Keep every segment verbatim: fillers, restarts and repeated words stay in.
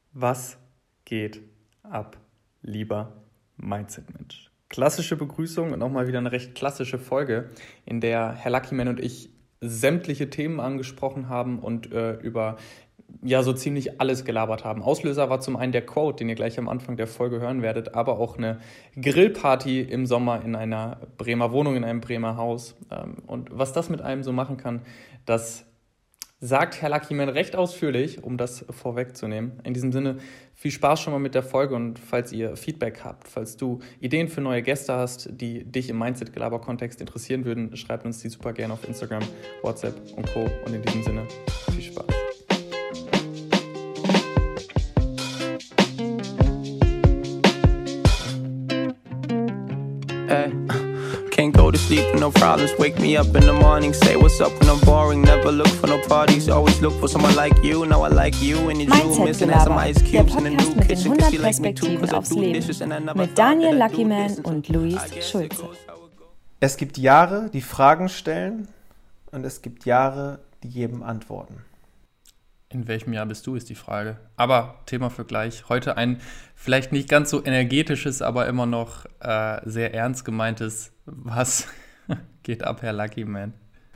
Was geht ab, lieber Mindset-Mensch? Klassische Begrüßung und auch mal wieder eine recht klassische Folge, in der Herr Luckyman und ich sämtliche Themen angesprochen haben und äh, über ja so ziemlich alles gelabert haben. Auslöser war zum einen der Quote, den ihr gleich am Anfang der Folge hören werdet, aber auch eine Grillparty im Sommer in einer Bremer Wohnung, in einem Bremer Haus. Ähm, und was das mit einem so machen kann, das sagt Herr Luckyman recht ausführlich, um das vorwegzunehmen. In diesem Sinne, viel Spaß schon mal mit der Folge und falls ihr Feedback habt, falls du Ideen für neue Gäste hast, die dich im Mindset-Gelaber-Kontext interessieren würden, schreibt uns die super gerne auf Instagram, WhatsApp und Co. Und in diesem Sinne, viel Spaß. Hey. Can't go to sleep with no problems. Wake me up in the morning. Say what's up when I'm boring. Never look for no parties. Always look for someone like you. Now I like you. And you missing some ice cubes in the new kitchen. Mit den hundert Perspektiven aufs Leben. Mit Daniel Luckyman und Luis Schulze. Es gibt Jahre, die Fragen stellen und es gibt Jahre, die geben Antworten. In welchem Jahr bist du, ist die Frage. Aber Thema für gleich. Heute ein vielleicht nicht ganz so energetisches, aber immer noch äh, sehr ernst gemeintes Was geht ab, Herr Luckyman?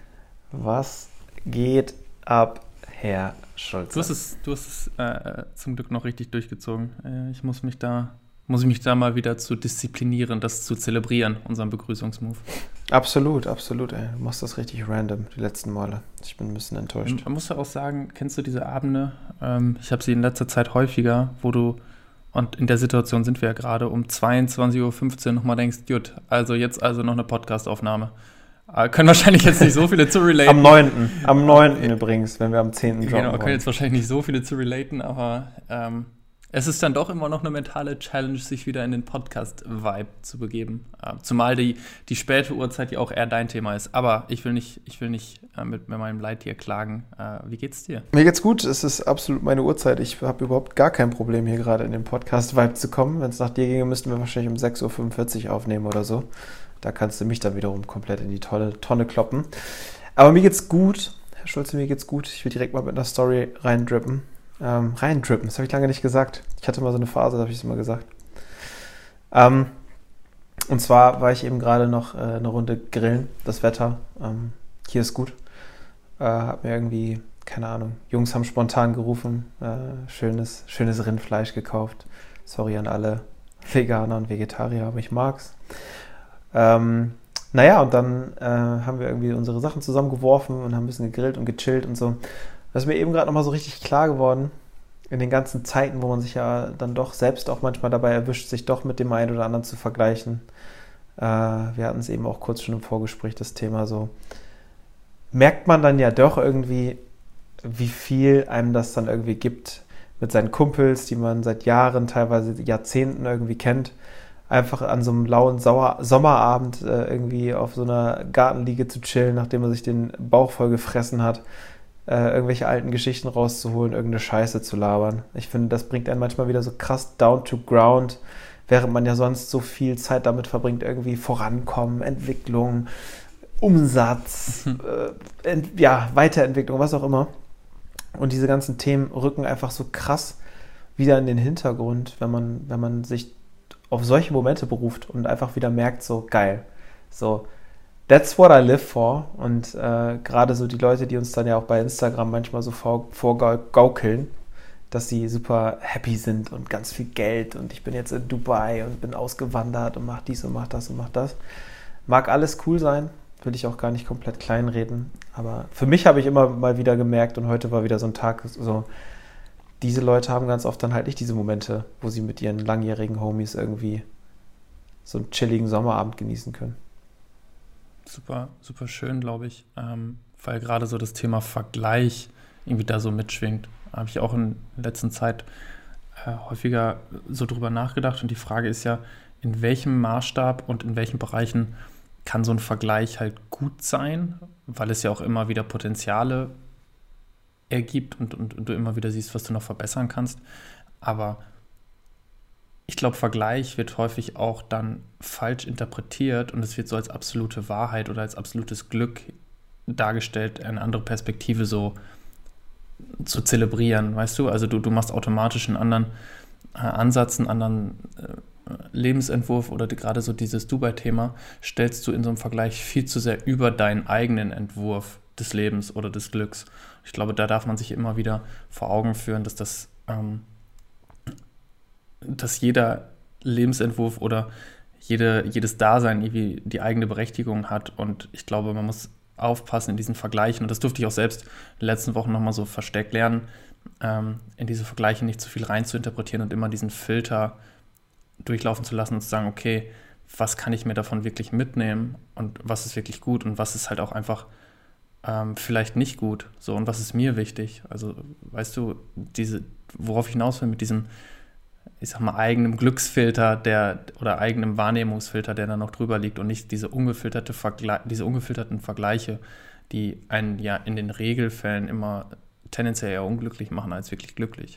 Was geht ab, Herr Schulze? Du hast es, du hast es äh, zum Glück noch richtig durchgezogen. Äh, ich muss mich da, muss ich mich da mal wieder zu disziplinieren, das zu zelebrieren, unseren Begrüßungsmove. Absolut, absolut, ey. Du machst das richtig random, die letzten Male. Ich bin ein bisschen enttäuscht. Man muss ja auch sagen, kennst du diese Abende? Ähm, ich habe sie in letzter Zeit häufiger, wo du, und in der Situation sind wir ja gerade, um zweiundzwanzig Uhr fünfzehn nochmal denkst, gut, also jetzt also noch eine Podcast-Aufnahme. Äh, können wahrscheinlich jetzt nicht so viele zu relaten. Am neunten Am neunten übrigens, wenn wir am zehnten droppen Genau, können wollen. jetzt wahrscheinlich nicht so viele zu relaten, aber ähm, es ist dann doch immer noch eine mentale Challenge, sich wieder in den Podcast-Vibe zu begeben. Äh, zumal die, die späte Uhrzeit ja auch eher dein Thema ist. Aber ich will nicht, ich will nicht äh, mit, mit meinem Leid hier klagen. Äh, wie geht's dir? Mir geht's gut, es ist absolut meine Uhrzeit. Ich habe überhaupt gar kein Problem, hier gerade in den Podcast-Vibe zu kommen. Wenn es nach dir ginge, müssten wir wahrscheinlich um sechs Uhr fünfundvierzig aufnehmen oder so. Da kannst du mich dann wiederum komplett in die tolle Tonne kloppen. Aber mir geht's gut, Herr Schulze, mir geht's gut. Ich will direkt mal mit einer Story reindrippen. Ähm, reindrippen, das habe ich lange nicht gesagt. Ich hatte mal so eine Phase, da habe ich es immer gesagt. Ähm, und zwar war ich eben gerade noch äh, eine Runde grillen, das Wetter. Ähm, hier ist gut. Äh, hab mir irgendwie, keine Ahnung, Jungs haben spontan gerufen, äh, schönes, schönes Rindfleisch gekauft. Sorry an alle Veganer und Vegetarier, aber ich mag's. Ähm, naja, und dann äh, haben wir irgendwie unsere Sachen zusammengeworfen und haben ein bisschen gegrillt und gechillt und so. Das ist mir eben gerade nochmal so richtig klar geworden, in den ganzen Zeiten, wo man sich ja dann doch selbst auch manchmal dabei erwischt, sich doch mit dem einen oder anderen zu vergleichen. Äh, wir hatten es eben auch kurz schon im Vorgespräch, das Thema so. Merkt man dann ja doch irgendwie, wie viel einem das dann irgendwie gibt mit seinen Kumpels, die man seit Jahren, teilweise Jahrzehnten irgendwie kennt. Einfach an so einem lauen Sauer- Sommerabend äh, irgendwie auf so einer Gartenliege zu chillen, nachdem man sich den Bauch voll gefressen hat. Äh, irgendwelche alten Geschichten rauszuholen, irgendeine Scheiße zu labern. Ich finde, das bringt einen manchmal wieder so krass down to ground, während man ja sonst so viel Zeit damit verbringt, irgendwie vorankommen, Entwicklung, Umsatz, äh, ent- ja, Weiterentwicklung, was auch immer. Und diese ganzen Themen rücken einfach so krass wieder in den Hintergrund, wenn man, wenn man sich auf solche Momente beruft und einfach wieder merkt, so geil, so that's what I live for. Und äh, gerade so die Leute, die uns dann ja auch bei Instagram manchmal so vor, vorgaukeln, dass sie super happy sind und ganz viel Geld und ich bin jetzt in Dubai und bin ausgewandert und mach dies und mach das und mach das. Mag alles cool sein, will ich auch gar nicht komplett kleinreden. Aber für mich habe ich immer mal wieder gemerkt und heute war wieder so ein Tag, so diese Leute haben ganz oft dann halt nicht diese Momente, wo sie mit ihren langjährigen Homies irgendwie so einen chilligen Sommerabend genießen können. Super, super schön, glaube ich, ähm, weil gerade so das Thema Vergleich irgendwie da so mitschwingt. Habe ich auch in der letzten Zeit äh, häufiger so drüber nachgedacht und die Frage ist ja, in welchem Maßstab und in welchen Bereichen kann so ein Vergleich halt gut sein, weil es ja auch immer wieder Potenziale ergibt und, und, und du immer wieder siehst, was du noch verbessern kannst. Aber ich glaube, Vergleich wird häufig auch dann falsch interpretiert und es wird so als absolute Wahrheit oder als absolutes Glück dargestellt, eine andere Perspektive so zu zelebrieren, weißt du? Also du, du machst automatisch einen anderen äh, Ansatz, einen anderen äh, Lebensentwurf oder die, gerade so dieses Dubai-Thema stellst du in so einem Vergleich viel zu sehr über deinen eigenen Entwurf des Lebens oder des Glücks. Ich glaube, da darf man sich immer wieder vor Augen führen, dass das, ähm, dass jeder Lebensentwurf oder jede, jedes Dasein irgendwie die eigene Berechtigung hat. Und ich glaube, man muss aufpassen in diesen Vergleichen. Und das durfte ich auch selbst in den letzten Wochen nochmal so verstärkt lernen, ähm, in diese Vergleiche nicht zu viel rein zu interpretieren und immer diesen Filter durchlaufen zu lassen und zu sagen, okay, was kann ich mir davon wirklich mitnehmen und was ist wirklich gut und was ist halt auch einfach ähm, vielleicht nicht gut. So, und was ist mir wichtig? Also, weißt du, diese, worauf ich hinaus will mit diesem, ich sag mal, eigenem Glücksfilter, der oder eigenem Wahrnehmungsfilter, der da noch drüber liegt und nicht diese ungefilterte Vergle- diese ungefilterten Vergleiche, die einen ja in den Regelfällen immer tendenziell eher unglücklich machen als wirklich glücklich.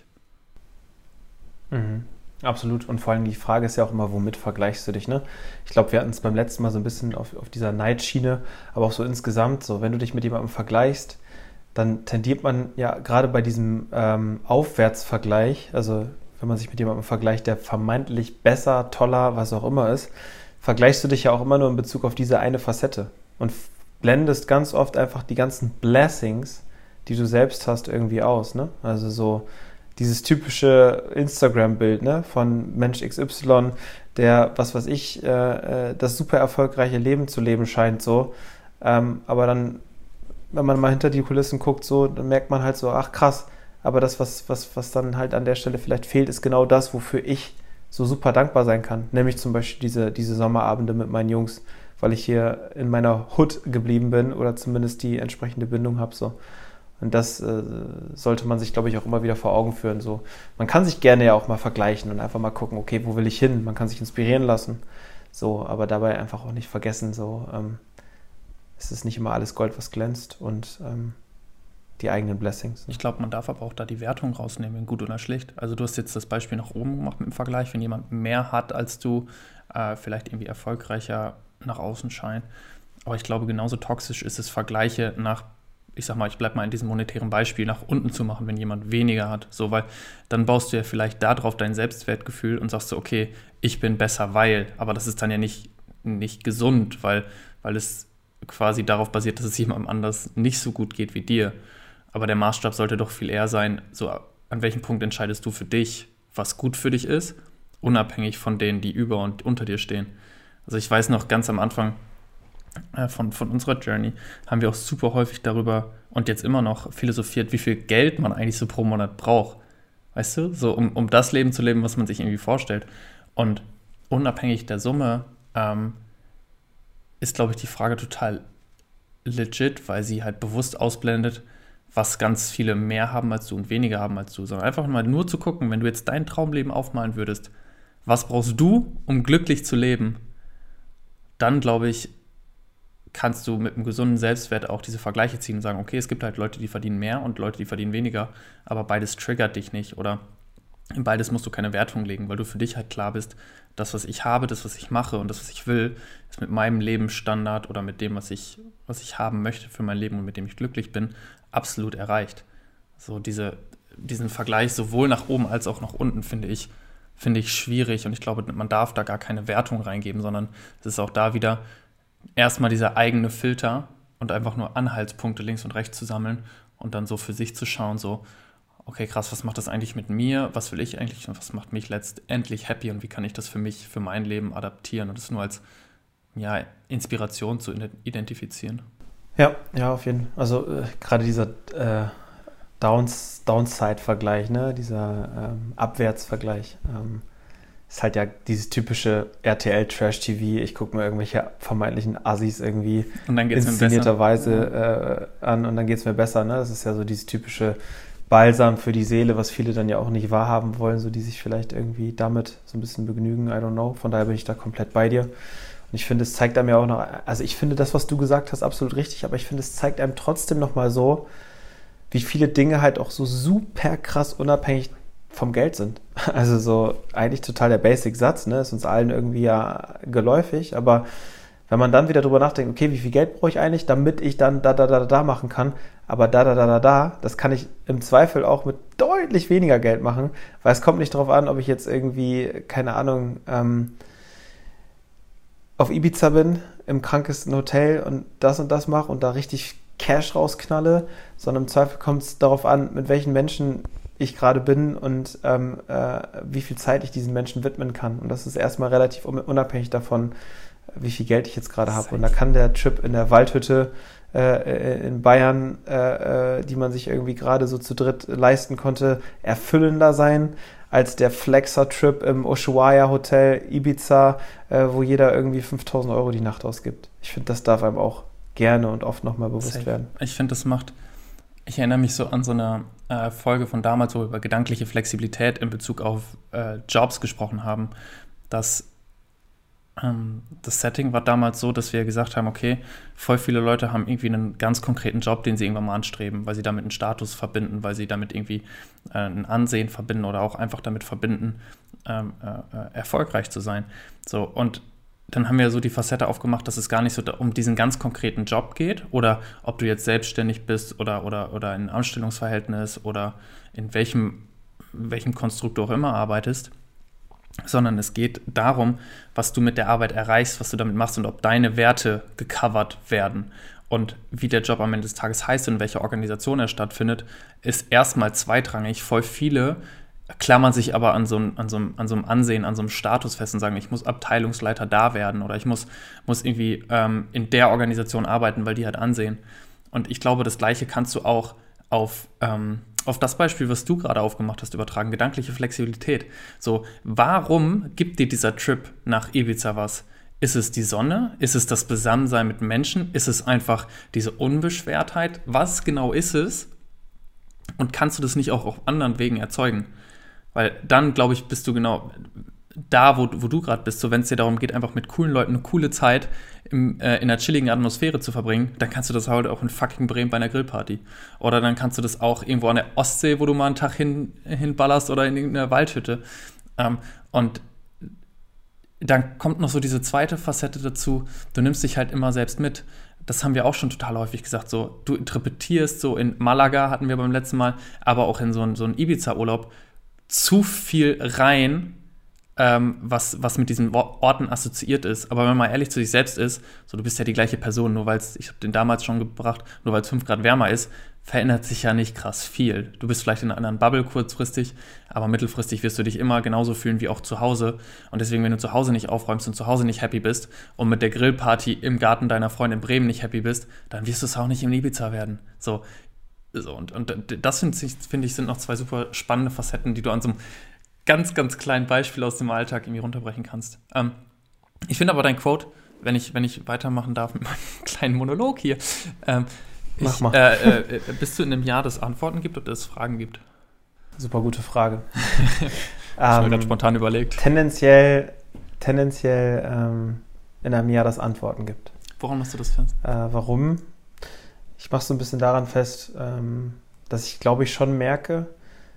Mhm. Absolut. Und vor allem die Frage ist ja auch immer, womit vergleichst du dich, ne? Ich glaube, wir hatten es beim letzten Mal so ein bisschen auf, auf dieser Neidschiene, aber auch so insgesamt, so wenn du dich mit jemandem vergleichst, dann tendiert man ja gerade bei diesem ähm, Aufwärtsvergleich, also wenn man sich mit jemandem vergleicht, der vermeintlich besser, toller, was auch immer ist, vergleichst du dich ja auch immer nur in Bezug auf diese eine Facette und blendest ganz oft einfach die ganzen Blessings, die du selbst hast, irgendwie aus, ne? Also so dieses typische Instagram-Bild, ne, von Mensch X Y, der, was weiß ich, äh, das super erfolgreiche Leben zu leben scheint, so. Ähm, aber dann, wenn man mal hinter die Kulissen guckt, so, dann merkt man halt so, ach krass, aber das, was, was, was dann halt an der Stelle vielleicht fehlt, ist genau das, wofür ich so super dankbar sein kann. Nämlich zum Beispiel diese, diese Sommerabende mit meinen Jungs, weil ich hier in meiner Hood geblieben bin oder zumindest die entsprechende Bindung habe, so. Und das äh, sollte man sich, glaube ich, auch immer wieder vor Augen führen. So. Man kann sich gerne ja auch mal vergleichen und einfach mal gucken, okay, wo will ich hin? Man kann sich inspirieren lassen. So, aber dabei einfach auch nicht vergessen, so, ähm, es ist nicht immer alles Gold, was glänzt und ähm, die eigenen Blessings. Ne? Ich glaube, man darf aber auch da die Wertung rausnehmen, in gut oder schlecht. Also du hast jetzt das Beispiel nach oben gemacht mit dem Vergleich, wenn jemand mehr hat als du, äh, vielleicht irgendwie erfolgreicher nach außen scheint. Aber ich glaube, genauso toxisch ist es, Vergleiche nach, ich sag mal, ich bleib mal in diesem monetären Beispiel, nach unten zu machen, wenn jemand weniger hat. So, weil dann baust du ja vielleicht darauf dein Selbstwertgefühl und sagst so, okay, ich bin besser, weil, aber das ist dann ja nicht, nicht gesund, weil, weil es quasi darauf basiert, dass es jemandem anders nicht so gut geht wie dir. Aber der Maßstab sollte doch viel eher sein, so an welchem Punkt entscheidest du für dich, was gut für dich ist, unabhängig von denen, die über und unter dir stehen. Also ich weiß noch ganz am Anfang, Von, von unserer Journey haben wir auch super häufig darüber und jetzt immer noch philosophiert, wie viel Geld man eigentlich so pro Monat braucht. Weißt du? So, um, um das Leben zu leben, was man sich irgendwie vorstellt. Und unabhängig der Summe ähm, ist, glaube ich, die Frage total legit, weil sie halt bewusst ausblendet, was ganz viele mehr haben als du und weniger haben als du. Sondern einfach mal nur zu gucken, wenn du jetzt dein Traumleben aufmalen würdest, was brauchst du, um glücklich zu leben? Dann, glaube ich, kannst du mit einem gesunden Selbstwert auch diese Vergleiche ziehen und sagen, okay, es gibt halt Leute, die verdienen mehr und Leute, die verdienen weniger, aber beides triggert dich nicht oder in beides musst du keine Wertung legen, weil du für dich halt klar bist, das, was ich habe, das, was ich mache und das, was ich will, ist mit meinem Lebensstandard oder mit dem, was ich, was ich haben möchte für mein Leben und mit dem ich glücklich bin, absolut erreicht. So diese, diesen Vergleich sowohl nach oben als auch nach unten finde ich, finde ich schwierig und ich glaube, man darf da gar keine Wertung reingeben, sondern es ist auch da wieder erstmal dieser eigene Filter und einfach nur Anhaltspunkte links und rechts zu sammeln und dann so für sich zu schauen, so, okay, krass, was macht das eigentlich mit mir, was will ich eigentlich und was macht mich letztendlich happy und wie kann ich das für mich, für mein Leben adaptieren und das nur als, ja, Inspiration zu identifizieren. Ja, ja, auf jeden Fall. Also äh, gerade dieser äh, Downs, Downside-Vergleich, ne, dieser ähm, Abwärtsvergleich, ähm, ist halt ja dieses typische R T L-Trash-T V, ich gucke mir irgendwelche vermeintlichen Assis irgendwie inszenierterweise äh, an und dann geht es mir besser. Ne? Das ist ja so dieses typische Balsam für die Seele, was viele dann ja auch nicht wahrhaben wollen, so die sich vielleicht irgendwie damit so ein bisschen begnügen, I don't know. Von daher bin ich da komplett bei dir. Und ich finde, es zeigt einem ja auch noch, also ich finde das, was du gesagt hast, absolut richtig, aber ich finde, es zeigt einem trotzdem nochmal so, wie viele Dinge halt auch so super krass unabhängig vom Geld sind. Also so eigentlich total der Basic-Satz, ne, ist uns allen irgendwie ja geläufig, aber Wenn man dann wieder drüber nachdenkt, okay, wie viel Geld brauche ich eigentlich, damit ich dann da, da, da, da machen kann, aber da, da, da, da, da, das kann ich im Zweifel auch mit deutlich weniger Geld machen, weil es kommt nicht darauf an, ob ich jetzt irgendwie, keine Ahnung, ähm, auf Ibiza bin, im krankesten Hotel und das und das mache und da richtig Cash rausknalle, sondern im Zweifel kommt es darauf an, mit welchen Menschen ich gerade bin und ähm, äh, wie viel Zeit ich diesen Menschen widmen kann. Und das ist erstmal relativ unabhängig davon, wie viel Geld ich jetzt gerade habe. Und da kann der Trip in der Waldhütte äh, in Bayern, äh, die man sich irgendwie gerade so zu dritt leisten konnte, erfüllender sein als der Flexer-Trip im Ushuaia Hotel Ibiza, äh, wo jeder irgendwie fünftausend Euro die Nacht ausgibt. Ich finde, das darf einem auch gerne und oft nochmal bewusst Safe. werden. Ich finde, das macht, ich erinnere mich so an so eine äh, Folge von damals, wo wir über gedankliche Flexibilität in Bezug auf äh, Jobs gesprochen haben, dass ähm, das Setting war damals so, dass wir gesagt haben, okay, voll viele Leute haben irgendwie einen ganz konkreten Job, den sie irgendwann mal anstreben, weil sie damit einen Status verbinden, weil sie damit irgendwie äh, ein Ansehen verbinden oder auch einfach damit verbinden, ähm, äh, erfolgreich zu sein. So, und dann haben wir so die Facette aufgemacht, dass es gar nicht so um diesen ganz konkreten Job geht oder ob du jetzt selbstständig bist oder, oder, oder in einem Anstellungsverhältnis oder in welchem, welchem Konstrukt du auch immer arbeitest, sondern es geht darum, was du mit der Arbeit erreichst, was du damit machst und ob deine Werte gecovert werden. Und wie der Job am Ende des Tages heißt und in welcher Organisation er stattfindet, ist erstmal zweitrangig. Voll viele klammern sich aber an so, an, so, an so einem Ansehen, an so einem Status fest und sagen, ich muss Abteilungsleiter da werden oder ich muss, muss irgendwie ähm, in der Organisation arbeiten, weil die hat Ansehen. Und ich glaube, das Gleiche kannst du auch auf, ähm, auf das Beispiel, was du gerade aufgemacht hast, übertragen, gedankliche Flexibilität. So, warum gibt dir dieser Trip nach Ibiza was? Ist es die Sonne? Ist es das Beisammensein mit Menschen? Ist es einfach diese Unbeschwertheit? Was genau ist es? Und kannst du das nicht auch auf anderen Wegen erzeugen? Weil dann, glaube ich, bist du genau da, wo, wo du gerade bist. So, wenn es dir darum geht, einfach mit coolen Leuten eine coole Zeit im, äh, in einer chilligen Atmosphäre zu verbringen, dann kannst du das heute auch in fucking Bremen bei einer Grillparty. Oder dann kannst du das auch irgendwo an der Ostsee, wo du mal einen Tag hin, hinballerst oder in irgendeiner Waldhütte. Ähm, und dann kommt noch so diese zweite Facette dazu, du nimmst dich halt immer selbst mit. Das haben wir auch schon total häufig gesagt, so, du interpretierst so in Malaga, hatten wir beim letzten Mal, aber auch in so einen so einen Ibiza-Urlaub, zu viel rein, ähm, was, was mit diesen Orten assoziiert ist. Aber wenn man mal ehrlich zu sich selbst ist, so, du bist ja die gleiche Person, nur weil es, ich habe den damals schon gebracht, nur weil es fünf Grad wärmer ist, verändert sich ja nicht krass viel. Du bist vielleicht in einer anderen Bubble kurzfristig, aber mittelfristig wirst du dich immer genauso fühlen wie auch zu Hause. Und deswegen, wenn du zu Hause nicht aufräumst und zu Hause nicht happy bist und mit der Grillparty im Garten deiner Freundin in Bremen nicht happy bist, dann wirst du es auch nicht im Ibiza werden. So, so und, und das finde ich, find ich, sind noch zwei super spannende Facetten, die du an so einem ganz, ganz kleinen Beispiel aus dem Alltag irgendwie runterbrechen kannst. Ähm, ich finde aber dein Quote, wenn ich, wenn ich weitermachen darf mit meinem kleinen Monolog hier, ähm, Mach ich, mal. Äh, äh, bist du in einem Jahr, das Antworten gibt oder es Fragen gibt? Super gute Frage. Ich habe mir ähm, gerade spontan überlegt. Tendenziell, tendenziell ähm, in einem Jahr, das Antworten gibt. Woran machst du das fest? Äh, warum? Ich mache so ein bisschen daran fest, ähm, dass ich, glaube ich, schon merke,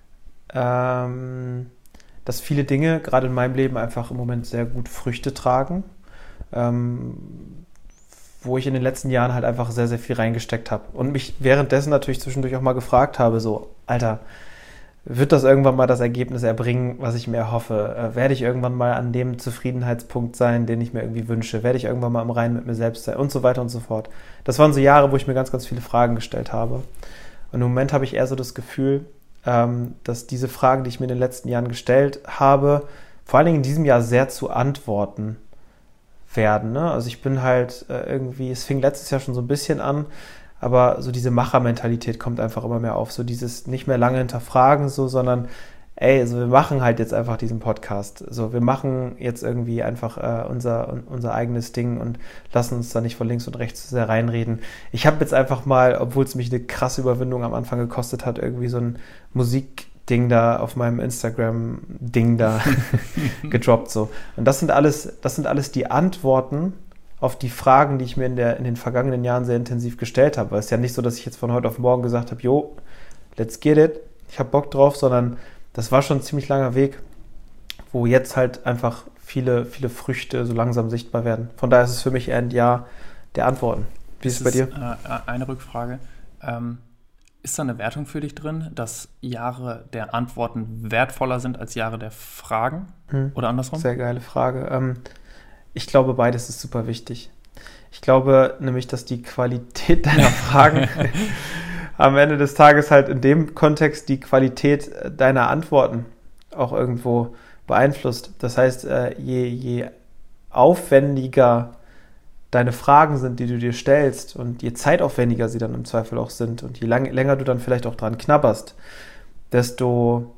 ähm, dass viele Dinge, gerade in meinem Leben, einfach im Moment sehr gut Früchte tragen. Ähm, wo ich in den letzten Jahren halt einfach sehr, sehr viel reingesteckt habe. Und mich währenddessen natürlich zwischendurch auch mal gefragt habe, so, Alter, wird das irgendwann mal das Ergebnis erbringen, was ich mir erhoffe? Äh, werde ich irgendwann mal an dem Zufriedenheitspunkt sein, den ich mir irgendwie wünsche? Werde ich irgendwann mal im Reinen mit mir selbst sein? Und so weiter und so fort. Das waren so Jahre, wo ich mir ganz, ganz viele Fragen gestellt habe. Und im Moment habe ich eher so das Gefühl, ähm, dass diese Fragen, die ich mir in den letzten Jahren gestellt habe, vor allen Dingen in diesem Jahr sehr zu antworten werden. Ne? Also ich bin halt äh, irgendwie, es fing letztes Jahr schon so ein bisschen an, aber so diese Machermentalität kommt einfach immer mehr auf. So dieses nicht mehr lange hinterfragen, so, sondern ey, so wir machen halt jetzt einfach diesen Podcast. So, wir machen jetzt irgendwie einfach äh, unser, unser eigenes Ding und lassen uns da nicht von links und rechts zu sehr reinreden. Ich habe jetzt einfach mal, obwohl es mich eine krasse Überwindung am Anfang gekostet hat, irgendwie so ein Musik Ding da auf meinem Instagram-Ding da gedroppt so. Und das sind alles, das sind alles die Antworten auf die Fragen, die ich mir in, der, in den vergangenen Jahren sehr intensiv gestellt habe. Weil es ist ja nicht so, dass ich jetzt von heute auf morgen gesagt habe, jo, let's get it, ich habe Bock drauf, sondern das war schon ein ziemlich langer Weg, wo jetzt halt einfach viele, viele Früchte so langsam sichtbar werden. Von daher ist es für mich eher ein Jahr der Antworten. Wie ist es bei dir? Äh, eine Rückfrage. Ähm, ist da eine Wertung für dich drin, dass Jahre der Antworten wertvoller sind als Jahre der Fragen? Hm. Oder andersrum? Sehr geile Frage. Ähm, ich glaube, beides ist super wichtig. Ich glaube nämlich, dass die Qualität deiner Fragen am Ende des Tages halt in dem Kontext die Qualität deiner Antworten auch irgendwo beeinflusst. Das heißt, je, je aufwendiger deine Fragen sind, die du dir stellst und je zeitaufwendiger sie dann im Zweifel auch sind und je lang, länger du dann vielleicht auch dran knabberst, desto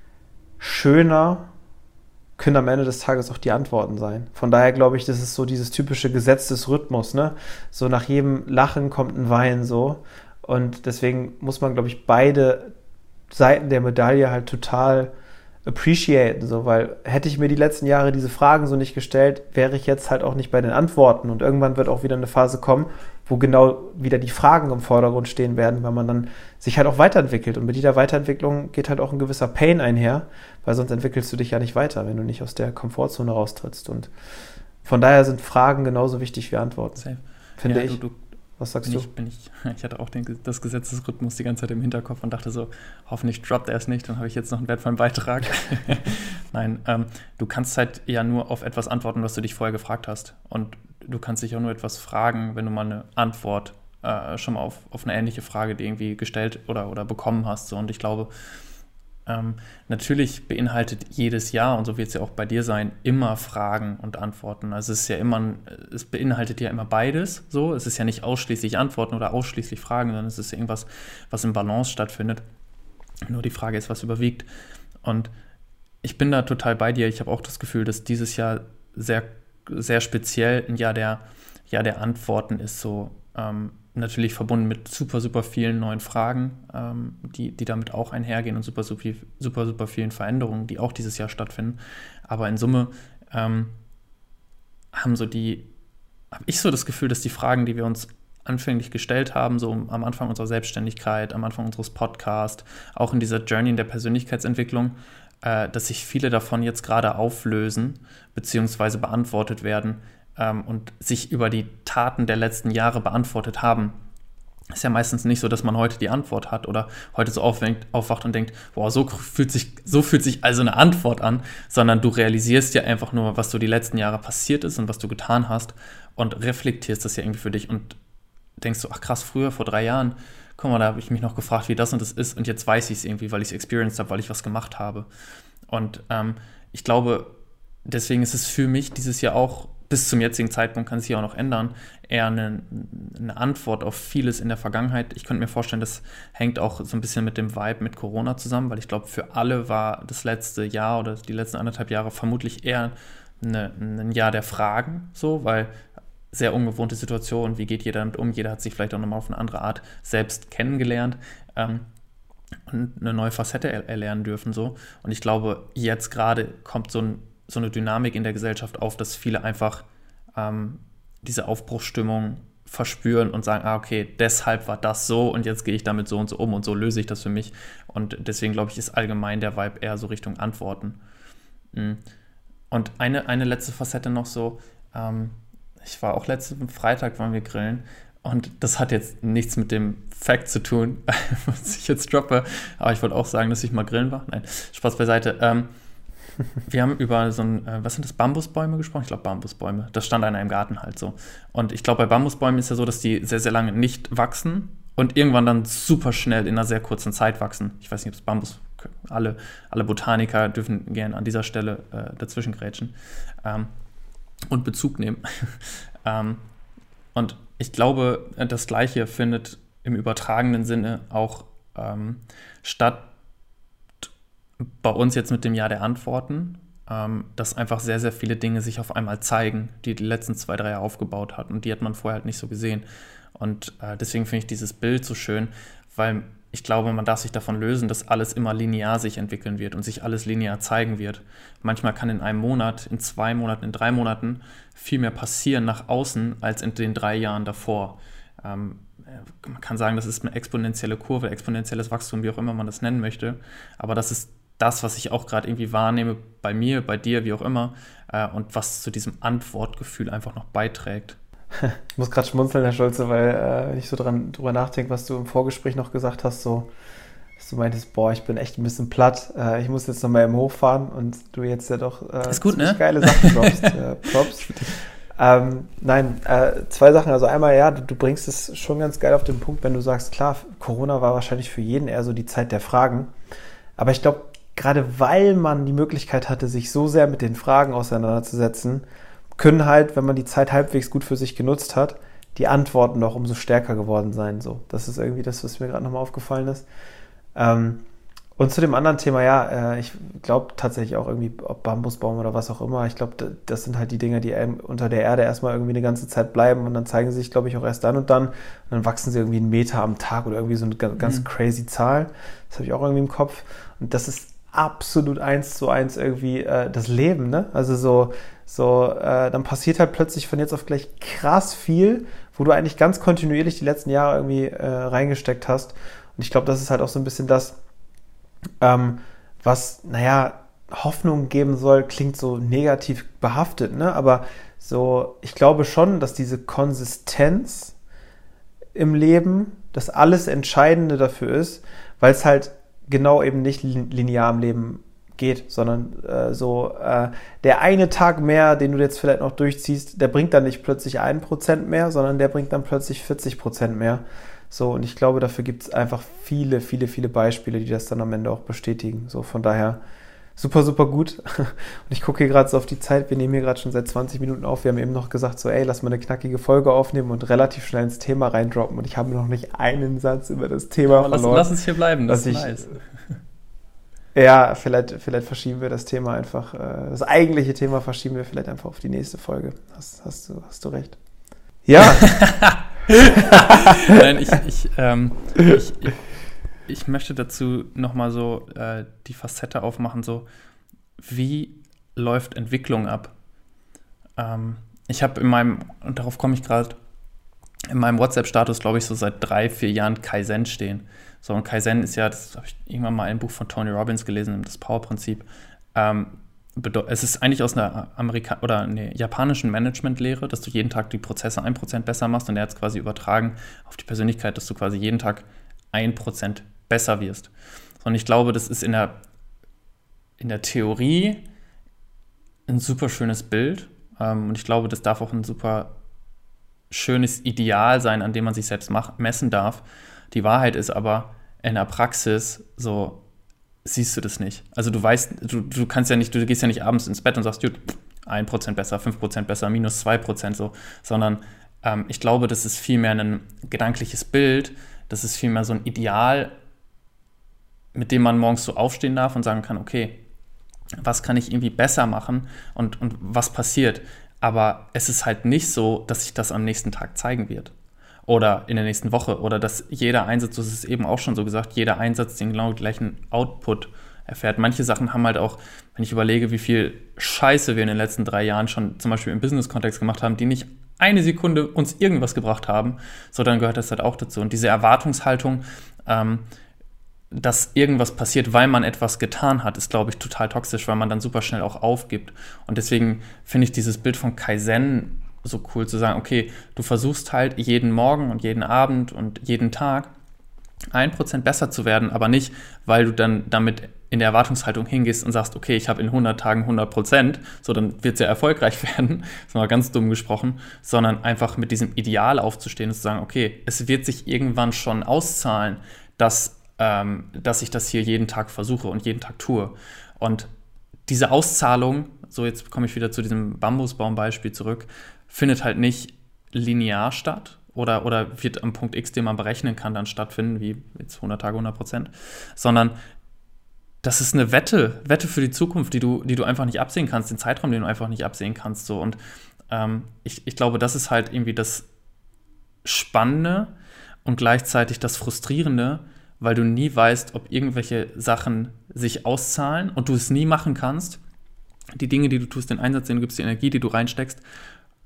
schöner können am Ende des Tages auch die Antworten sein. Von daher glaube ich, das ist so dieses typische Gesetz des Rhythmus, ne? So nach jedem Lachen kommt ein Wein so. Und deswegen muss man, glaube ich, beide Seiten der Medaille halt total appreciaten, so, weil hätte ich mir die letzten Jahre diese Fragen so nicht gestellt, wäre ich jetzt halt auch nicht bei den Antworten. Und irgendwann wird auch wieder eine Phase kommen, wo genau wieder die Fragen im Vordergrund stehen werden, weil man dann sich halt auch weiterentwickelt. Und mit jeder Weiterentwicklung geht halt auch ein gewisser Pain einher, weil sonst entwickelst du dich ja nicht weiter, wenn du nicht aus der Komfortzone raustrittst. Und von daher sind Fragen genauso wichtig wie Antworten, Safe. finde ja, ich. Du, du Was sagst bin du? Ich, bin ich, ich hatte auch den, das Gesetz des Rhythmus die ganze Zeit im Hinterkopf und dachte so, hoffentlich droppt er es nicht, dann habe ich jetzt noch einen wertvollen Beitrag. Nein, ähm, du kannst halt ja nur auf etwas antworten, was du dich vorher gefragt hast. Und du kannst dich auch nur etwas fragen, wenn du mal eine Antwort äh, schon mal auf, auf eine ähnliche Frage, die irgendwie gestellt oder, oder bekommen hast. So. Und ich glaube, Ähm, natürlich beinhaltet jedes Jahr, und so wird es ja auch bei dir sein, immer Fragen und Antworten. Also es ist ja immer, ein, es beinhaltet ja immer beides so. Es ist ja nicht ausschließlich Antworten oder ausschließlich Fragen, sondern es ist irgendwas, was im Balance stattfindet. Nur die Frage ist, was überwiegt. Und ich bin da total bei dir. Ich habe auch das Gefühl, dass dieses Jahr sehr, sehr speziell ein Jahr der, Jahr der Antworten ist, so ähm, natürlich verbunden mit super, super vielen neuen Fragen, ähm, die, die damit auch einhergehen und super, super, super, super vielen Veränderungen, die auch dieses Jahr stattfinden. Aber in Summe ähm, haben so die, habe ich so das Gefühl, dass die Fragen, die wir uns anfänglich gestellt haben, so am Anfang unserer Selbstständigkeit, am Anfang unseres Podcasts, auch in dieser Journey in der Persönlichkeitsentwicklung, äh, dass sich viele davon jetzt gerade auflösen, beziehungsweise beantwortet werden, und sich über die Taten der letzten Jahre beantwortet haben. Ist ja meistens nicht so, dass man heute die Antwort hat oder heute so aufwacht, aufwacht und denkt, boah, so fühlt sich, so fühlt sich also eine Antwort an, sondern du realisierst ja einfach nur, was so die letzten Jahre passiert ist und was du getan hast und reflektierst das ja irgendwie für dich und denkst so, ach krass, früher, vor drei Jahren, guck mal, da habe ich mich noch gefragt, wie das und das ist und jetzt weiß ich es irgendwie, weil ich es experienced habe, weil ich was gemacht habe. Und ähm, ich glaube, deswegen ist es für mich dieses Jahr auch bis zum jetzigen Zeitpunkt, kann es sich auch noch ändern, eher eine, eine Antwort auf vieles in der Vergangenheit. Ich könnte mir vorstellen, das hängt auch so ein bisschen mit dem Vibe mit Corona zusammen, weil ich glaube, für alle war das letzte Jahr oder die letzten anderthalb Jahre vermutlich eher eine, ein Jahr der Fragen, so, weil sehr ungewohnte Situation, wie geht jeder damit um, jeder hat sich vielleicht auch nochmal auf eine andere Art selbst kennengelernt ähm, und eine neue Facette er- erlernen dürfen, so. Und ich glaube, jetzt gerade kommt so ein so eine Dynamik in der Gesellschaft auf, dass viele einfach ähm, diese Aufbruchsstimmung verspüren und sagen, ah, okay, deshalb war das so und jetzt gehe ich damit so und so um und so löse ich das für mich. Und deswegen, glaube ich, ist allgemein der Vibe eher so Richtung Antworten. Und eine, eine letzte Facette noch so, ähm, ich war auch letzten Freitag, waren wir grillen und das hat jetzt nichts mit dem Fact zu tun, was ich jetzt droppe, aber ich wollte auch sagen, dass ich mal grillen war. Nein, Spaß beiseite. Ähm, Wir haben über so ein, äh, was sind das, Bambusbäume gesprochen? Ich glaube Bambusbäume. Das stand einer im Garten halt so. Und ich glaube, bei Bambusbäumen ist ja so, dass die sehr, sehr lange nicht wachsen und irgendwann dann super schnell in einer sehr kurzen Zeit wachsen. Ich weiß nicht, ob es Bambus, alle, alle Botaniker dürfen gerne an dieser Stelle äh, dazwischen grätschen ähm, und Bezug nehmen. ähm, und ich glaube, das Gleiche findet im übertragenen Sinne auch ähm, statt, bei uns jetzt mit dem Jahr der Antworten, ähm, dass einfach sehr, sehr viele Dinge sich auf einmal zeigen, die die letzten zwei, drei Jahre aufgebaut hat und die hat man vorher halt nicht so gesehen. Und äh, deswegen finde ich dieses Bild so schön, weil ich glaube, man darf sich davon lösen, dass alles immer linear sich entwickeln wird und sich alles linear zeigen wird. Manchmal kann in einem Monat, in zwei Monaten, in drei Monaten viel mehr passieren nach außen als in den drei Jahren davor. Ähm, man kann sagen, das ist eine exponentielle Kurve, exponentielles Wachstum, wie auch immer man das nennen möchte, aber das ist das, was ich auch gerade irgendwie wahrnehme, bei mir, bei dir, wie auch immer, äh, und was zu diesem Antwortgefühl einfach noch beiträgt. Ich muss gerade schmunzeln, Herr Schulze, weil äh, wenn ich so dran, drüber nachdenke, was du im Vorgespräch noch gesagt hast, so, dass du meintest, boah, ich bin echt ein bisschen platt, äh, ich muss jetzt noch mal im Hof fahren und du jetzt ja doch äh, ist gut, ne? geile Sachen droppst. äh, Props. Ähm, nein, äh, zwei Sachen. Also einmal, ja, du, du bringst es schon ganz geil auf den Punkt, wenn du sagst, klar, Corona war wahrscheinlich für jeden eher so die Zeit der Fragen. Aber ich glaube, gerade weil man die Möglichkeit hatte, sich so sehr mit den Fragen auseinanderzusetzen, können halt, wenn man die Zeit halbwegs gut für sich genutzt hat, die Antworten noch umso stärker geworden sein. So, das ist irgendwie das, was mir gerade nochmal aufgefallen ist. Ähm, und zu dem anderen Thema, ja, äh, ich glaube tatsächlich auch irgendwie, ob Bambusbaum oder was auch immer, ich glaube, das sind halt die Dinge, die unter der Erde erstmal irgendwie eine ganze Zeit bleiben und dann zeigen sie sich, glaube ich, auch erst dann und dann und dann wachsen sie irgendwie einen Meter am Tag oder irgendwie so eine ganz, ganz mhm. crazy Zahl. Das habe ich auch irgendwie im Kopf. Und das ist absolut eins zu eins irgendwie äh, das Leben, ne? Also so, so äh, dann passiert halt plötzlich von jetzt auf gleich krass viel, wo du eigentlich ganz kontinuierlich die letzten Jahre irgendwie äh, reingesteckt hast. Und ich glaube, das ist halt auch so ein bisschen das, ähm, was, naja, Hoffnung geben soll, klingt so negativ behaftet, ne? Aber so, ich glaube schon, dass diese Konsistenz im Leben das alles Entscheidende dafür ist, weil es halt genau eben nicht linear im Leben geht, sondern äh, so äh, der eine Tag mehr, den du jetzt vielleicht noch durchziehst, der bringt dann nicht plötzlich ein Prozent mehr, sondern der bringt dann plötzlich vierzig Prozent mehr. So, und ich glaube, dafür gibt es einfach viele, viele, viele Beispiele, die das dann am Ende auch bestätigen. So, von daher super, super gut. Und ich gucke hier gerade so auf die Zeit, wir nehmen hier gerade schon seit zwanzig Minuten auf. Wir haben eben noch gesagt, so, ey, lass mal eine knackige Folge aufnehmen und relativ schnell ins Thema reindroppen. Und ich habe noch nicht einen Satz über das Thema Aber verloren. Lass, lass uns hier bleiben, das ist ich, nice. Ja, vielleicht, vielleicht verschieben wir das Thema einfach, das eigentliche Thema verschieben wir vielleicht einfach auf die nächste Folge. Hast, hast, du, hast du recht. Ja. Nein, ich, ich, ähm, ich, ich, ich möchte dazu nochmal so äh, die Facette aufmachen, so wie läuft Entwicklung ab? Ähm, ich habe in meinem, und darauf komme ich gerade, in meinem WhatsApp-Status, glaube ich, so seit drei, vier Jahren Kaizen stehen. So, und Kaizen ist ja, das habe ich irgendwann mal in einem Buch von Tony Robbins gelesen, das Power-Prinzip. Ähm, Es ist eigentlich aus einer Amerika- oder einer japanischen Managementlehre, dass du jeden Tag die Prozesse ein Prozent besser machst, und er hat es quasi übertragen auf die Persönlichkeit, dass du quasi jeden Tag ein Prozent besser wirst. Und ich glaube, das ist in der, in der Theorie ein super schönes Bild, ähm, und ich glaube, das darf auch ein super schönes Ideal sein, an dem man sich selbst mach- messen darf. Die Wahrheit ist aber, in der Praxis so siehst du das nicht. Also du weißt, du, du kannst ja nicht, du gehst ja nicht abends ins Bett und sagst, gut, ein Prozent besser, fünf Prozent besser, minus zwei Prozent so, sondern ähm, ich glaube, das ist vielmehr ein gedankliches Bild, das ist vielmehr so ein Ideal, mit dem man morgens so aufstehen darf und sagen kann, okay, was kann ich irgendwie besser machen und, und was passiert? Aber es ist halt nicht so, dass sich das am nächsten Tag zeigen wird. Oder in der nächsten Woche. Oder dass jeder Einsatz, das ist eben auch schon so gesagt, jeder Einsatz den genau gleichen Output erfährt. Manche Sachen haben halt auch, wenn ich überlege, wie viel Scheiße wir in den letzten drei Jahren schon zum Beispiel im Business-Kontext gemacht haben, die nicht eine Sekunde uns irgendwas gebracht haben, so dann gehört das halt auch dazu. Und diese Erwartungshaltung, ähm, dass irgendwas passiert, weil man etwas getan hat, ist, glaube ich, total toxisch, weil man dann super schnell auch aufgibt. Und deswegen finde ich dieses Bild von Kaizen so cool, zu sagen, okay, du versuchst halt jeden Morgen und jeden Abend und jeden Tag ein Prozent besser zu werden, aber nicht, weil du dann damit in der Erwartungshaltung hingehst und sagst, okay, ich habe in hundert Tagen hundert Prozent, so dann wird es ja erfolgreich werden, das ist mal ganz dumm gesprochen, sondern einfach mit diesem Ideal aufzustehen und zu sagen, okay, es wird sich irgendwann schon auszahlen, dass, ähm, dass ich das hier jeden Tag versuche und jeden Tag tue. Und diese Auszahlung, so jetzt komme ich wieder zu diesem Bambusbaum-Beispiel zurück, findet halt nicht linear statt oder, oder wird am Punkt X, den man berechnen kann, dann stattfinden, wie jetzt hundert Tage, hundert Prozent, sondern das ist eine Wette, Wette für die Zukunft, die du, die du einfach nicht absehen kannst, den Zeitraum, den du einfach nicht absehen kannst. So. Und ähm, ich, ich glaube, das ist halt irgendwie das Spannende und gleichzeitig das Frustrierende, weil du nie weißt, ob irgendwelche Sachen sich auszahlen und du es nie machen kannst. Die Dinge, die du tust, den Einsatz, den du gibst, die Energie, die du reinsteckst,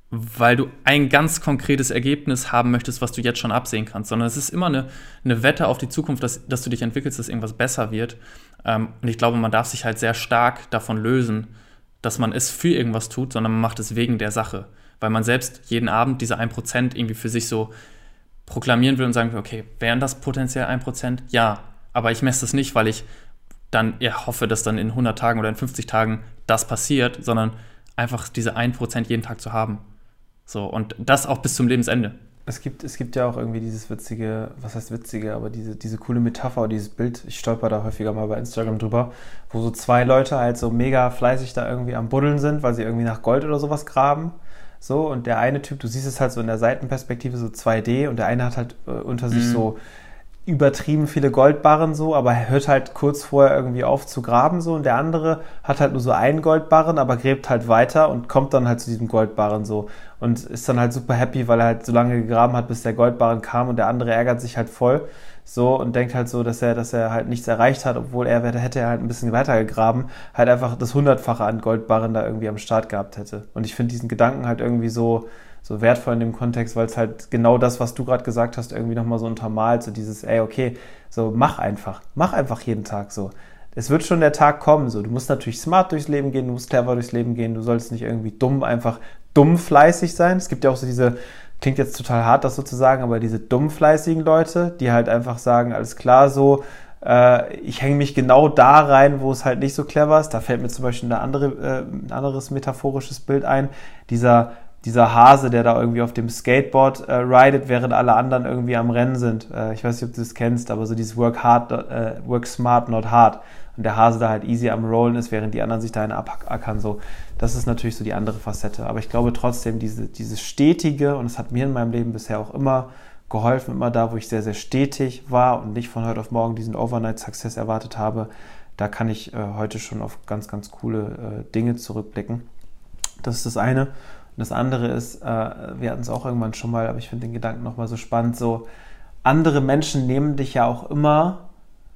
weil du ein ganz konkretes Ergebnis haben möchtest, was du jetzt schon absehen kannst, sondern es ist immer eine, eine Wette auf die Zukunft, dass, dass du dich entwickelst, dass irgendwas besser wird. Ähm, und ich glaube, man darf sich halt sehr stark davon lösen, dass man es für irgendwas tut, sondern man macht es wegen der Sache. Weil man selbst jeden Abend diese ein Prozent irgendwie für sich so proklamieren will und sagen will, okay, wären das potenziell ein Prozent? Ja, aber ich messe das nicht, weil ich dann eher hoffe, dass dann in hundert Tagen oder in fünfzig Tagen das passiert, sondern einfach diese ein Prozent jeden Tag zu haben. So, und das auch bis zum Lebensende. Es gibt, es gibt ja auch irgendwie dieses witzige, was heißt witzige, aber diese, diese coole Metapher, dieses Bild, ich stolper da häufiger mal bei Instagram drüber, wo so zwei Leute halt so mega fleißig da irgendwie am Buddeln sind, weil sie irgendwie nach Gold oder sowas graben. So, und der eine Typ, du siehst es halt so in der Seitenperspektive so zwei D und der eine hat halt äh, unter mhm. sich so übertrieben viele Goldbarren so, aber er hört halt kurz vorher irgendwie auf zu graben so und der andere hat halt nur so einen Goldbarren, aber gräbt halt weiter und kommt dann halt zu diesem Goldbarren so und ist dann halt super happy, weil er halt so lange gegraben hat, bis der Goldbarren kam und der andere ärgert sich halt voll so und denkt halt so, dass er, dass er halt nichts erreicht hat, obwohl er, hätte er halt ein bisschen weiter gegraben, halt einfach das Hundertfache an Goldbarren da irgendwie am Start gehabt hätte. Und ich finde diesen Gedanken halt irgendwie so so wertvoll in dem Kontext, weil es halt genau das, was du gerade gesagt hast, irgendwie nochmal so untermalt, so dieses, ey, okay, so mach einfach, mach einfach jeden Tag so. Es wird schon der Tag kommen, so. Du musst natürlich smart durchs Leben gehen, du musst clever durchs Leben gehen, du sollst nicht irgendwie dumm, einfach dumm fleißig sein. Es gibt ja auch so diese, klingt jetzt total hart, das so zu sagen, aber diese dumm fleißigen Leute, die halt einfach sagen, alles klar, so, äh, ich hänge mich genau da rein, wo es halt nicht so clever ist. Da fällt mir zum Beispiel eine andere, äh, ein anderes metaphorisches Bild ein, dieser dieser Hase, der da irgendwie auf dem Skateboard äh, ridet, während alle anderen irgendwie am Rennen sind. Äh, ich weiß nicht, ob du das kennst, aber so dieses Work hard, äh, work smart, not hard. Und der Hase da halt easy am Rollen ist, während die anderen sich da abackern. So. Das ist natürlich so die andere Facette. Aber ich glaube trotzdem, diese, dieses Stetige, und es hat mir in meinem Leben bisher auch immer geholfen, immer da, wo ich sehr, sehr stetig war und nicht von heute auf morgen diesen Overnight-Success erwartet habe, da kann ich äh, heute schon auf ganz, ganz coole äh, Dinge zurückblicken. Das ist das eine. Das andere ist, äh, wir hatten es auch irgendwann schon mal, aber ich finde den Gedanken nochmal so spannend, so andere Menschen nehmen dich ja auch immer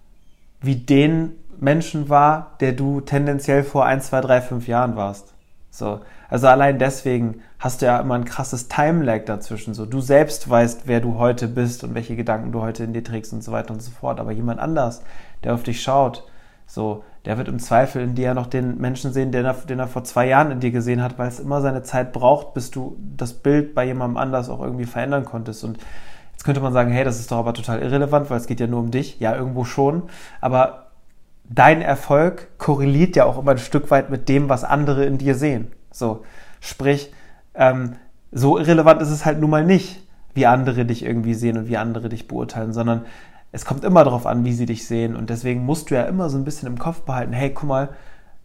wie den Menschen wahr, der du tendenziell vor ein, zwei, drei, fünf Jahren warst. So, also allein deswegen hast du ja immer ein krasses Time-Lag dazwischen. So, du selbst weißt, wer du heute bist und welche Gedanken du heute in dir trägst und so weiter und so fort. Aber jemand anders, der auf dich schaut, so, der wird im Zweifel in dir ja noch den Menschen sehen, den er, den er vor zwei Jahren in dir gesehen hat, weil es immer seine Zeit braucht, bis du das Bild bei jemandem anders auch irgendwie verändern konntest. Und jetzt könnte man sagen, hey, das ist doch aber total irrelevant, weil es geht ja nur um dich. Ja, irgendwo schon. Aber dein Erfolg korreliert ja auch immer ein Stück weit mit dem, was andere in dir sehen. So, sprich, ähm, so irrelevant ist es halt nun mal nicht, wie andere dich irgendwie sehen und wie andere dich beurteilen, sondern es kommt immer darauf an, wie sie dich sehen und deswegen musst du ja immer so ein bisschen im Kopf behalten, hey, guck mal,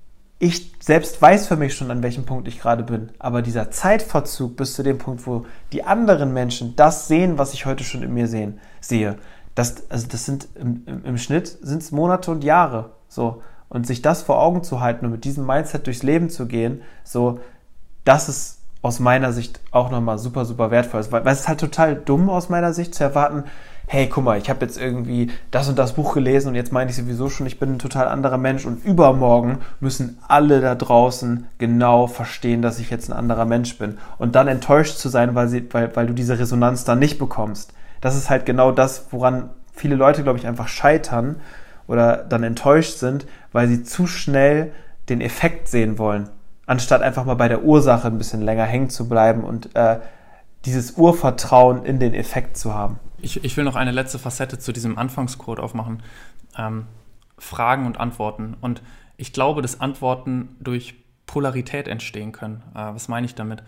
ich selbst weiß für mich schon, an welchem Punkt ich gerade bin, aber dieser Zeitverzug bis zu dem Punkt, wo die anderen Menschen das sehen, was ich heute schon in mir sehen, sehe, das, also das sind im, im, im Schnitt sind es Monate und Jahre, so, und sich das vor Augen zu halten und mit diesem Mindset durchs Leben zu gehen, so, das ist aus meiner Sicht auch nochmal super, super wertvoll, weil, weil es ist halt total dumm aus meiner Sicht zu erwarten, hey, guck mal, ich habe jetzt irgendwie das und das Buch gelesen und jetzt meine ich sowieso schon, ich bin ein total anderer Mensch und übermorgen müssen alle da draußen genau verstehen, dass ich jetzt ein anderer Mensch bin. Und dann enttäuscht zu sein, weil, sie, weil, weil du diese Resonanz dann nicht bekommst. Das ist halt genau das, woran viele Leute, glaube ich, einfach scheitern oder dann enttäuscht sind, weil sie zu schnell den Effekt sehen wollen, anstatt einfach mal bei der Ursache ein bisschen länger hängen zu bleiben und äh, dieses Urvertrauen in den Effekt zu haben. Ich, ich will noch eine letzte Facette zu diesem Anfangscode aufmachen. Ähm, Fragen und Antworten. Und ich glaube, dass Antworten durch Polarität entstehen können. Äh, was meine ich damit?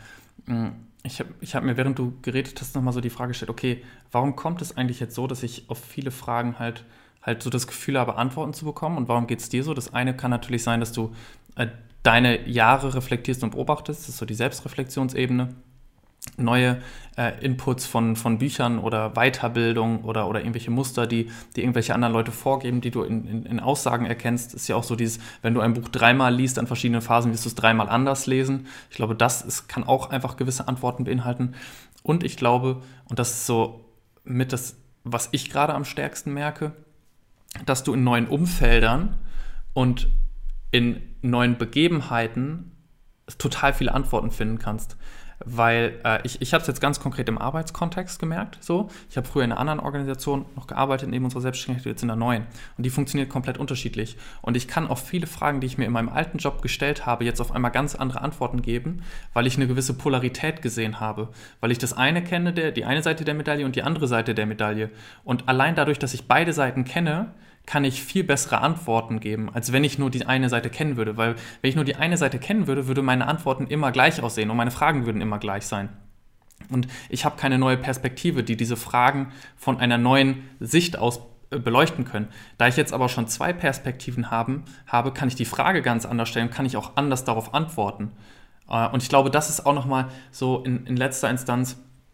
Ich habe ich hab mir, während du geredet hast, nochmal so die Frage gestellt, okay, warum kommt es eigentlich jetzt so, dass ich auf viele Fragen halt, halt so das Gefühl habe, Antworten zu bekommen? Und warum geht es dir so? Das eine kann natürlich sein, dass du äh, deine Jahre reflektierst und beobachtest. Das ist so die Selbstreflexionsebene. Neue äh, Inputs von, von Büchern oder Weiterbildung oder, oder irgendwelche Muster, die, die irgendwelche anderen Leute vorgeben, die du in, in, in Aussagen erkennst. Ist ja auch so dieses, wenn du ein Buch dreimal liest an verschiedenen Phasen, wirst du es dreimal anders lesen. Ich glaube, das ist, kann auch einfach gewisse Antworten beinhalten. Und ich glaube, und das ist so mit das, was ich gerade am stärksten merke, dass du in neuen Umfeldern und in neuen Begebenheiten total viele Antworten finden kannst. weil äh, ich, ich habe es jetzt ganz konkret im Arbeitskontext gemerkt. So. Ich habe früher in einer anderen Organisation noch gearbeitet, neben unserer Selbstständigkeit, jetzt in der neuen. Und die funktioniert komplett unterschiedlich. Und ich kann auf viele Fragen, die ich mir in meinem alten Job gestellt habe, jetzt auf einmal ganz andere Antworten geben, weil ich eine gewisse Polarität gesehen habe. Weil ich das eine kenne, der, die eine Seite der Medaille und die andere Seite der Medaille. Und allein dadurch, dass ich beide Seiten kenne, kann ich viel bessere Antworten geben, als wenn ich nur die eine Seite kennen würde. Weil wenn ich nur die eine Seite kennen würde, würde meine Antworten immer gleich aussehen und meine Fragen würden immer gleich sein. Und ich habe keine neue Perspektive, die diese Fragen von einer neuen Sicht aus beleuchten können. Da ich jetzt aber schon zwei Perspektiven haben, habe, kann ich die Frage ganz anders stellen, kann ich auch anders darauf antworten. Und ich glaube, das ist auch nochmal so in, in letzter Instanz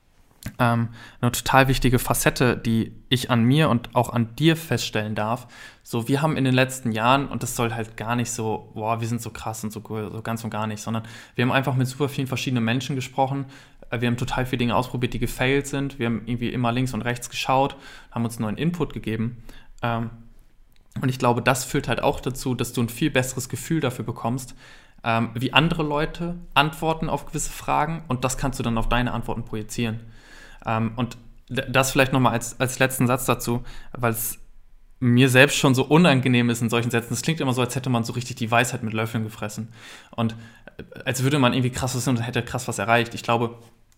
Ähm, eine total wichtige Facette, die ich an mir und auch an dir feststellen darf. So, wir haben in den letzten Jahren, und das soll halt gar nicht so, boah, wir sind so krass und so cool, so ganz und gar nicht, sondern wir haben einfach mit super vielen verschiedenen Menschen gesprochen. Wir haben total viele Dinge ausprobiert, die gefailt sind. Wir haben irgendwie immer links und rechts geschaut, haben uns neuen Input gegeben. Ähm, und ich glaube, das führt halt auch dazu, dass du ein viel besseres Gefühl dafür bekommst, ähm, wie andere Leute antworten auf gewisse Fragen, und das kannst du dann auf deine Antworten projizieren. Um, und das vielleicht nochmal als, als letzten Satz dazu, weil es mir selbst schon so unangenehm ist in solchen Sätzen. Es klingt immer so, als hätte man so richtig die Weisheit mit Löffeln gefressen. Und als würde man irgendwie krass was und hätte krass was erreicht. Ich glaube,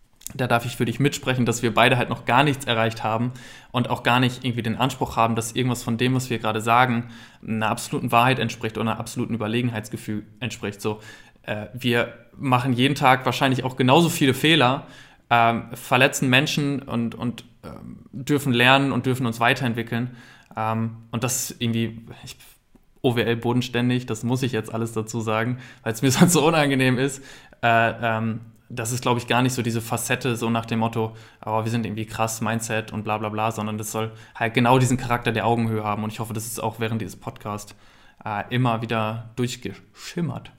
da darf ich für dich mitsprechen, dass wir beide halt noch gar nichts erreicht haben und auch gar nicht irgendwie den Anspruch haben, dass irgendwas von dem, was wir gerade sagen, einer absoluten Wahrheit entspricht oder einer absoluten Überlegenheitsgefühl entspricht. So, äh, wir machen jeden Tag wahrscheinlich auch genauso viele Fehler, Ähm, verletzen Menschen und, und ähm, dürfen lernen und dürfen uns weiterentwickeln. Ähm, und das ist irgendwie, ich, O W L bodenständig, das muss ich jetzt alles dazu sagen, weil es mir sonst so unangenehm ist. Äh, ähm, das ist, glaube ich, gar nicht so diese Facette, so nach dem Motto, oh, wir sind irgendwie krass, Mindset und bla bla bla, sondern das soll halt genau diesen Charakter der Augenhöhe haben. Und ich hoffe, das ist auch während dieses Podcasts äh, immer wieder durchgeschimmert.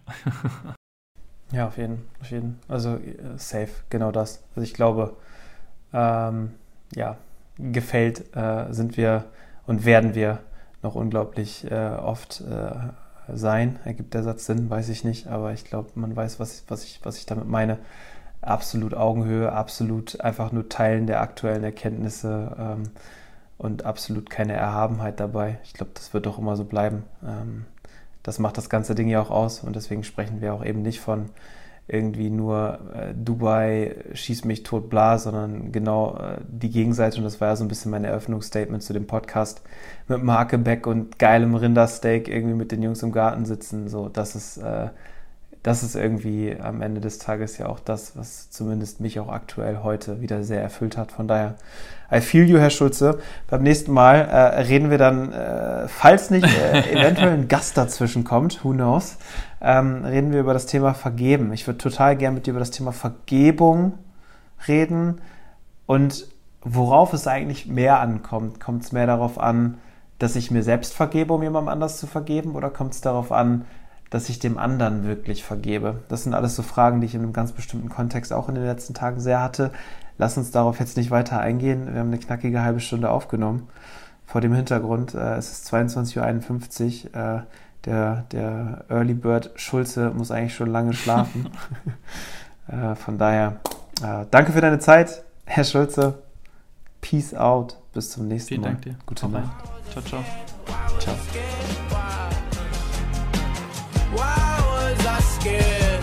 Ja, auf jeden, auf jeden. Also äh, safe, genau das. Also ich glaube, ähm, ja, gefällt äh, sind wir und werden wir noch unglaublich äh, oft äh, sein. Ergibt der Satz Sinn? Weiß ich nicht, aber ich glaube, man weiß, was, was, ich, was ich damit meine. Absolut Augenhöhe, absolut einfach nur Teilen der aktuellen Erkenntnisse ähm, und absolut keine Erhabenheit dabei. Ich glaube, das wird doch immer so bleiben. Ähm, Das macht das ganze Ding ja auch aus, und deswegen sprechen wir auch eben nicht von irgendwie nur äh, Dubai, schieß mich tot, bla, sondern genau äh, die Gegenseite, und das war ja so ein bisschen mein Eröffnungsstatement zu dem Podcast, mit Markebeck und geilem Rindersteak irgendwie mit den Jungs im Garten sitzen, so, das ist, äh, das ist irgendwie am Ende des Tages ja auch das, was zumindest mich auch aktuell heute wieder sehr erfüllt hat. Von daher, I feel you, Herr Schulze. Beim nächsten Mal äh, reden wir dann, äh, falls nicht äh, eventuell ein Gast dazwischen kommt, who knows, ähm, reden wir über das Thema Vergeben. Ich würde total gern mit dir über das Thema Vergebung reden und worauf es eigentlich mehr ankommt. Kommt es mehr darauf an, dass ich mir selbst vergebe, um jemandem anders zu vergeben, oder kommt es darauf an, dass ich dem anderen wirklich vergebe? Das sind alles so Fragen, die ich in einem ganz bestimmten Kontext auch in den letzten Tagen sehr hatte. Lass uns darauf jetzt nicht weiter eingehen. Wir haben eine knackige halbe Stunde aufgenommen. Vor dem Hintergrund, äh, es ist zweiundzwanzig Uhr einundfünfzig. Äh, der, der Early Bird Schulze muss eigentlich schon lange schlafen. äh, von daher, äh, danke für deine Zeit, Herr Schulze. Peace out. Bis zum nächsten Vielen Mal. Dank dir. Gute Nacht. Ciao, ciao. Ciao. Why was I scared?